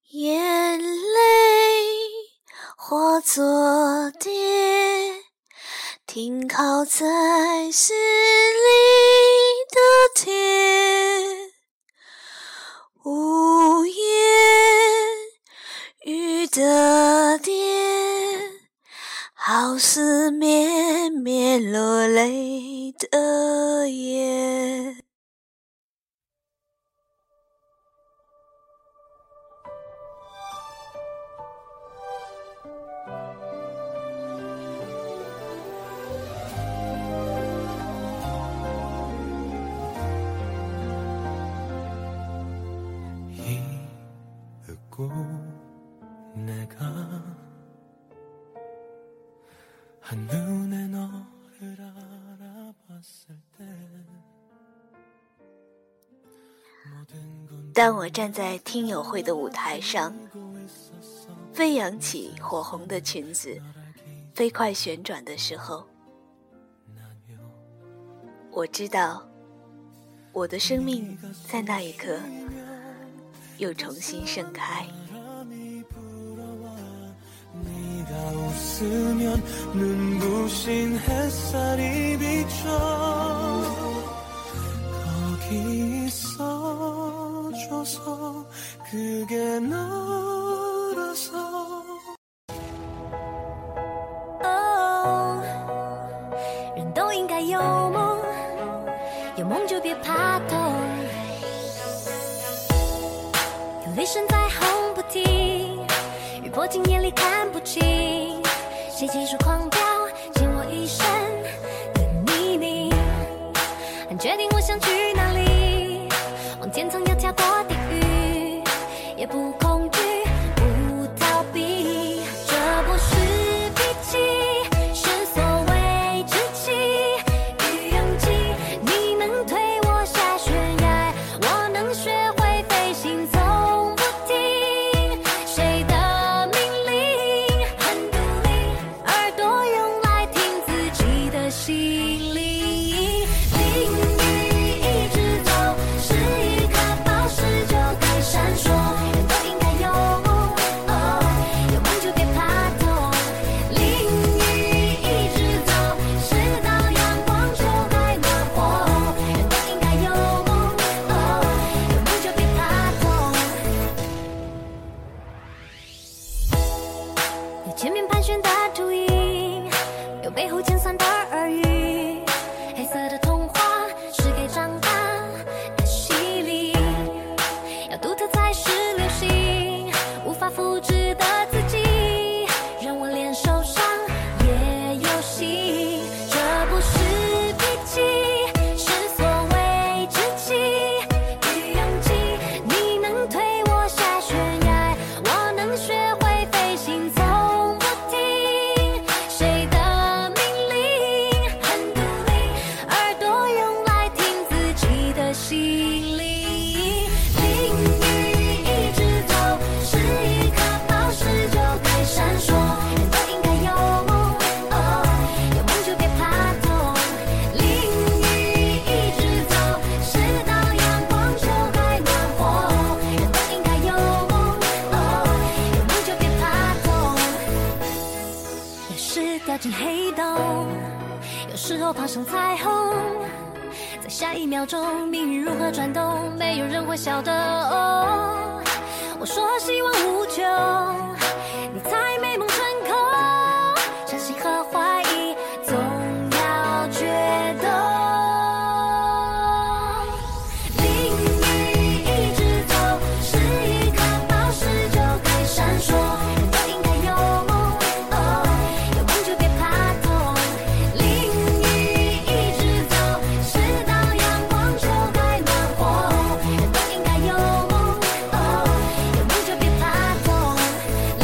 眼泪化作蝶，停靠在心里的天。无言雨的点，好似绵绵落泪的眼。当我站在听友会的舞台上，飞扬起火红的裙子飞快旋转的时候，我知道我的生命在那一刻又重新盛开。 人都应该有梦，有梦就别怕痛，有雷声在轰不停，雨泼进眼里看不清，谁急速狂飙溅我一身的泥泞，很决定我想去哪里，往天堂要跳过地狱，也不恐惧不逃避，这不是脾气，是所谓志气与勇气，你能推我下悬崖，我能学会飞行从不听谁的命令，很独立，耳朵用来听自己的心灵，淋雨一直走，是一颗宝石就该闪烁，人都应该有梦，有梦就别怕痛，淋雨一直走，直到阳光就该暖和，人都应该有梦，有梦就别怕痛，有前面盘旋的秃鹰，有背后尖酸的耳语，黑色的童话是给长大的洗礼，要独特才是流行，无法复制的自己，让我连受伤也有戏，这不是脾气，是所谓志气与勇气，你能推我下悬崖，我能学会飞行从不听谁的命令，很独立，耳朵用来听自己的心灵，淋雨一直走，是一颗宝石就该闪烁，人都应该有梦，有梦就别怕痛，淋雨一直走，直到阳光就该暖和，人都应该有梦，有梦就别怕痛，有时掉进黑洞，有时候爬上彩虹，在下一秒钟命运如何转动，没有人会晓得，我说希望无穷，你猜美梦成空，相信和怀疑总要决斗，淋雨一直走，是一颗宝石就该闪烁，人都应该有梦，有梦就别怕痛，淋雨一直走，直到阳光就该暖和，人都应该有梦，有梦就别怕痛，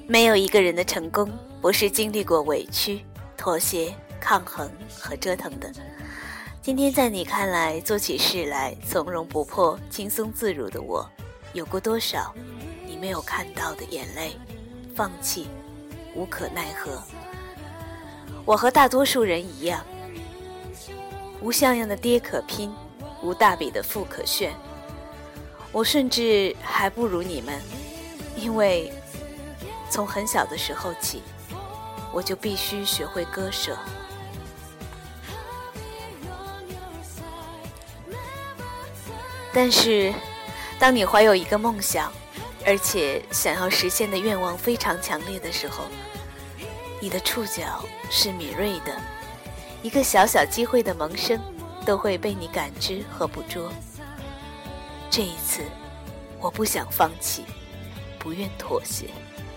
没有一个人的成功不是经历过委屈、妥协、抗衡和折腾的。今天在你看来做起事来从容不迫、轻松自如的我，有过多少你没有看到的眼泪、放弃、无可奈何？我和大多数人一样，无像样的爹可拼，无大笔的富可炫。我甚至还不如你们，因为从很小的时候起，我就必须学会割舍。但是当你怀有一个梦想，而且想要实现的愿望非常强烈的时候，你的触角是敏锐的，一个小小机会的萌生都会被你感知和捕捉。这一次我不想放弃，不愿妥协。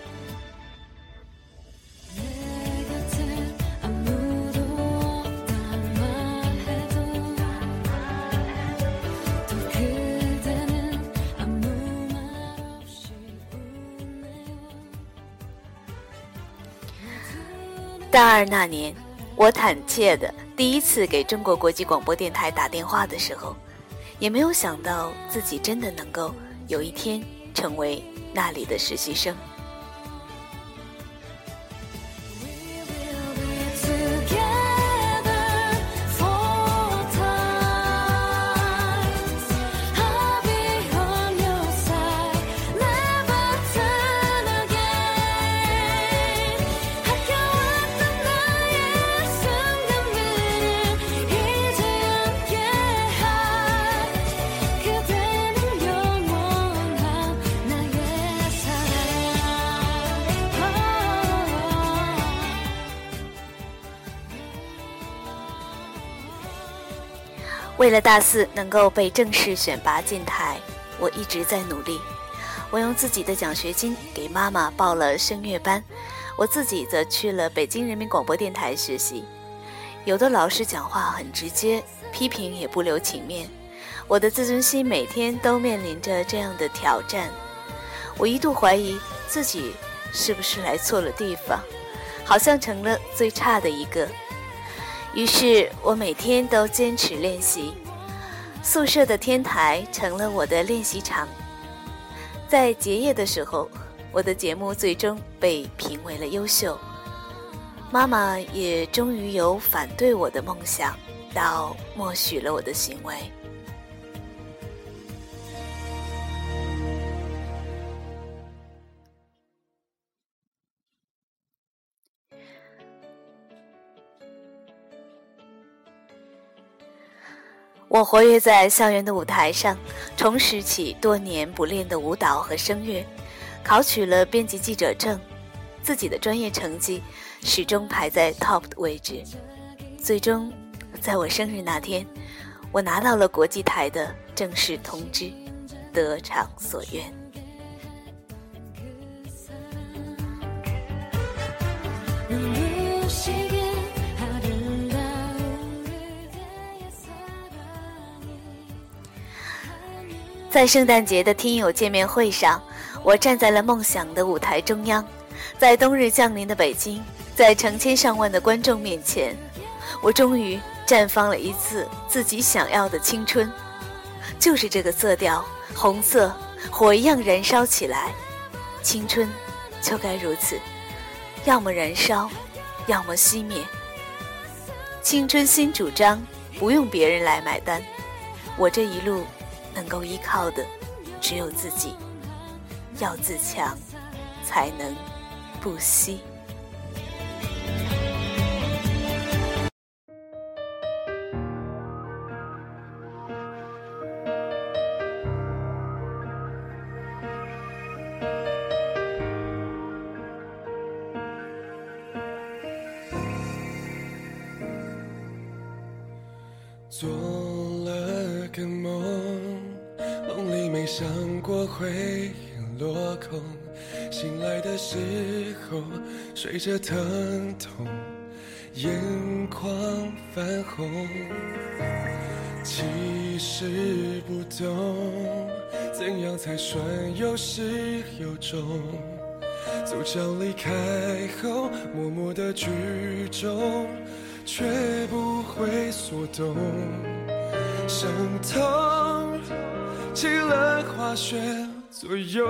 大二那年，我胆怯的第一次给中国国际广播电台打电话的时候，也没有想到自己真的能够有一天成为那里的实习生。为了大四能够被正式选拔进台，我一直在努力。我用自己的奖学金给妈妈报了声乐班，我自己则去了北京人民广播电台学习。有的老师讲话很直接，批评也不留情面，我的自尊心每天都面临着这样的挑战。我一度怀疑自己是不是来错了地方，好像成了最差的一个。于是我每天都坚持练习，宿舍的天台成了我的练习场。在结业的时候，我的节目最终被评为了优秀。妈妈也终于由反对我的梦想到默许了我的行为。我活跃在校园的舞台上，重拾起多年不练的舞蹈和声乐，考取了编辑记者证，自己的专业成绩始终排在 top 的位置。最终在我生日那天，我拿到了国际台的正式通知，得偿所愿。在圣诞节的听友见面会上，我站在了梦想的舞台中央，在冬日降临的北京，在成千上万的观众面前，我终于绽放了一次自己想要的青春。就是这个色调，红色，火一样燃烧起来。青春就该如此，要么燃烧，要么熄灭。青春新主张，不用别人来买单。我这一路能够依靠的只有自己，要自强，才能不息。 做了个梦，梦里没想过会落空，醒来的时候睡着疼痛，眼眶泛红。其实不懂怎样才算有始有终， 走将离开后，默默的举重，却不会所动。伤痛起了化学作用，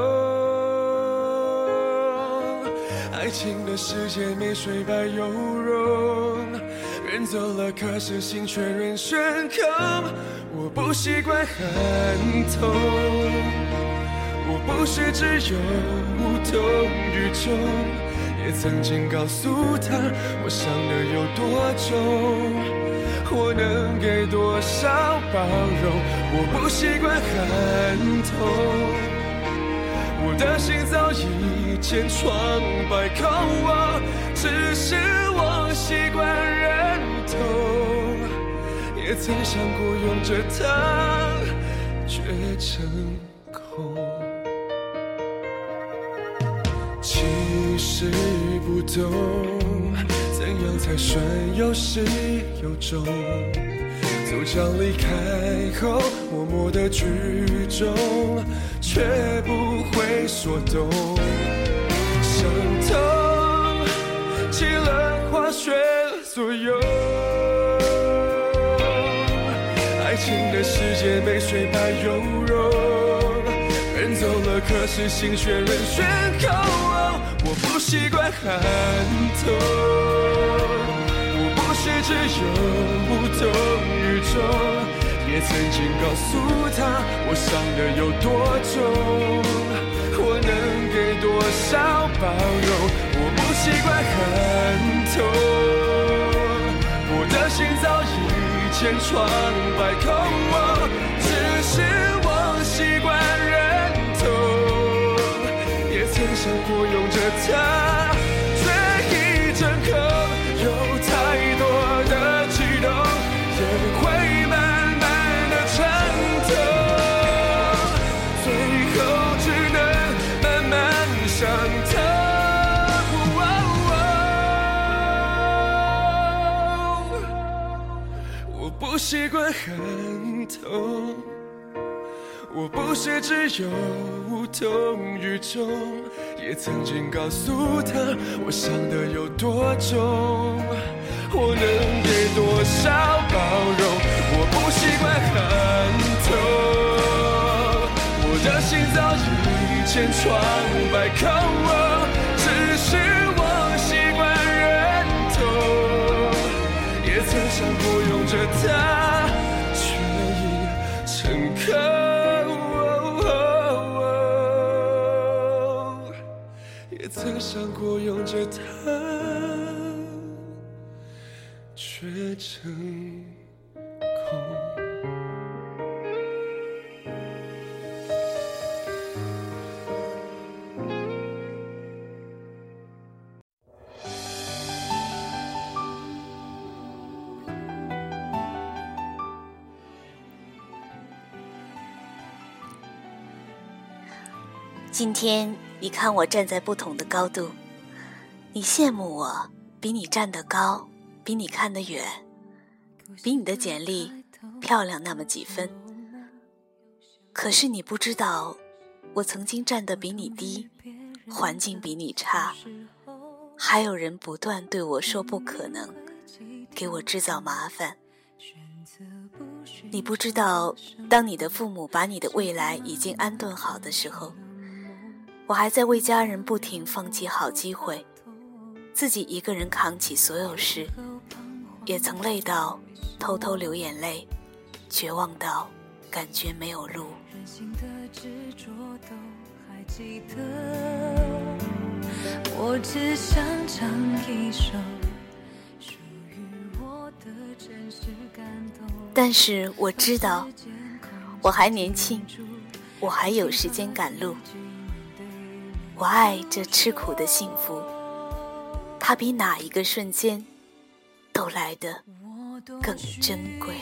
爱情的世界没水白有容，人走了，可是心却仍悬空。我不习惯很痛，我不是只有无动于衷，也曾经告诉他我伤得有多重，我能给多少包容。我不习惯很痛，我的心早已千疮百孔，只是我习惯忍痛，也曾想过用着它却成空。其实不懂怎样才顺有始有终，走将离开后，默默的举重，却不会所动。伤痛起了化学作用，爱情的世界没水白有容，人走了，可是心却仍悬空。我不习惯很痛，我不是只有无动于衷，也曾经告诉他我伤得有多重，我能给多少包容。我不习惯很痛，我的心早已千疮百孔，只是我习惯忍痛，也曾想过用着它，却已成空。有太多的激动，也会慢慢的沉痛，最后只能慢慢伤透。我不习惯很痛，我不是只有无动于衷，也曾经告诉他我伤得有多重，我能给多少包容。我不习惯很痛，我的心早已千疮百孔，只是我习惯忍痛，也曾想过用着它，却已成空，也曾想过用着它，却成空。 今天你看我站在不同的高度，你羡慕我比你站得高，比你看得远，比你的简历漂亮那么几分。可是你不知道，我曾经站得比你低，环境比你差，还有人不断对我说不可能，给我制造麻烦。你不知道，当你的父母把你的未来已经安顿好的时候，我还在为家人不停放弃好机会，自己一个人扛起所有事，也曾累到偷偷流眼泪，绝望到感觉没有路。 我只想唱一首属于我的真实感动。 但是我知道，我还年轻，我还有时间赶路。我爱这吃苦的幸福，它比哪一个瞬间都来得更珍贵。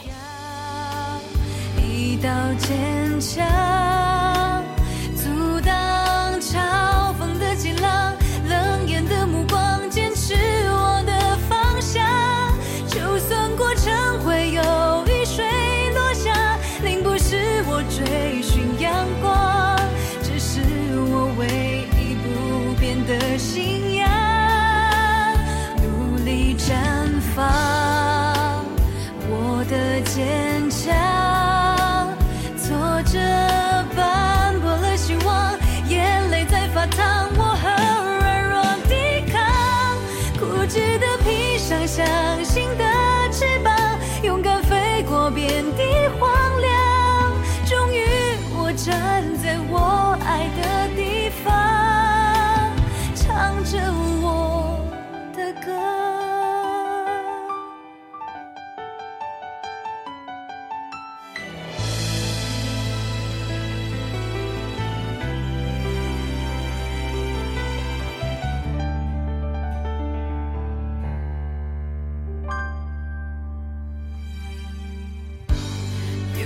一道坚强，阻挡嘲讽的激浪，冷眼的目光，坚持我的方向。就算过程会有雨水落下，淋不湿我追寻阳光，只是我唯一不变的心。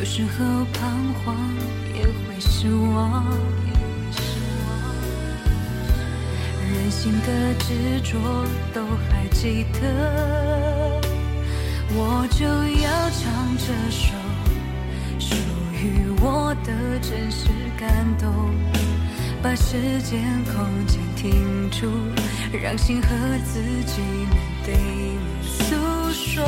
有时候彷徨也会失望，任性的执着都还记得，我就要唱这首属于我的真实感动，把时间空间停住，让心和自己面对面诉说。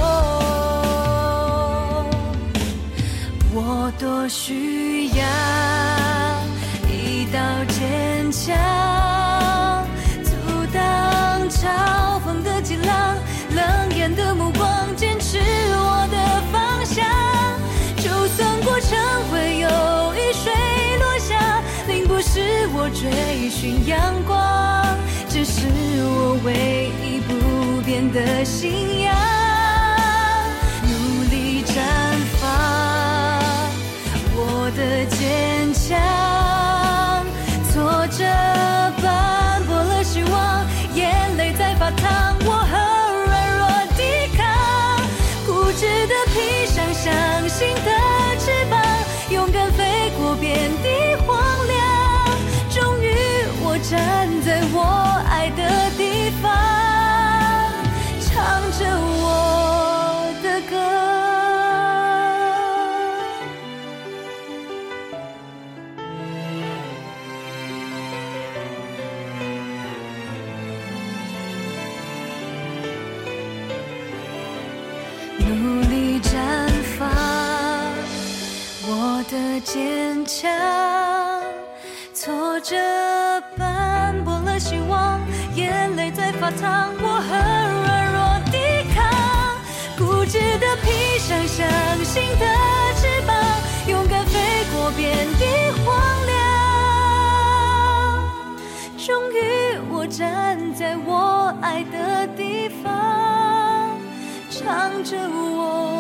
我多需要一道坚强，阻挡嘲讽的激浪，冷眼的目光，坚持我的方向。就算过程会有雨水落下，并不是我追寻阳光，只是我唯一不变的信仰。努力绽放我的坚强，挫折斑驳了希望，眼泪在发烫，我很软弱抵抗，固执的披上相信的翅膀，勇敢飞过遍地荒凉，终于我站在我爱的地方，唱着我的歌。努力绽放我的坚强，挫折斑驳了希望，眼泪在发烫，我很软弱抵抗，固执的披上相信的翅膀，勇敢飞过遍地荒凉，终于我站在我爱的地方，唱着我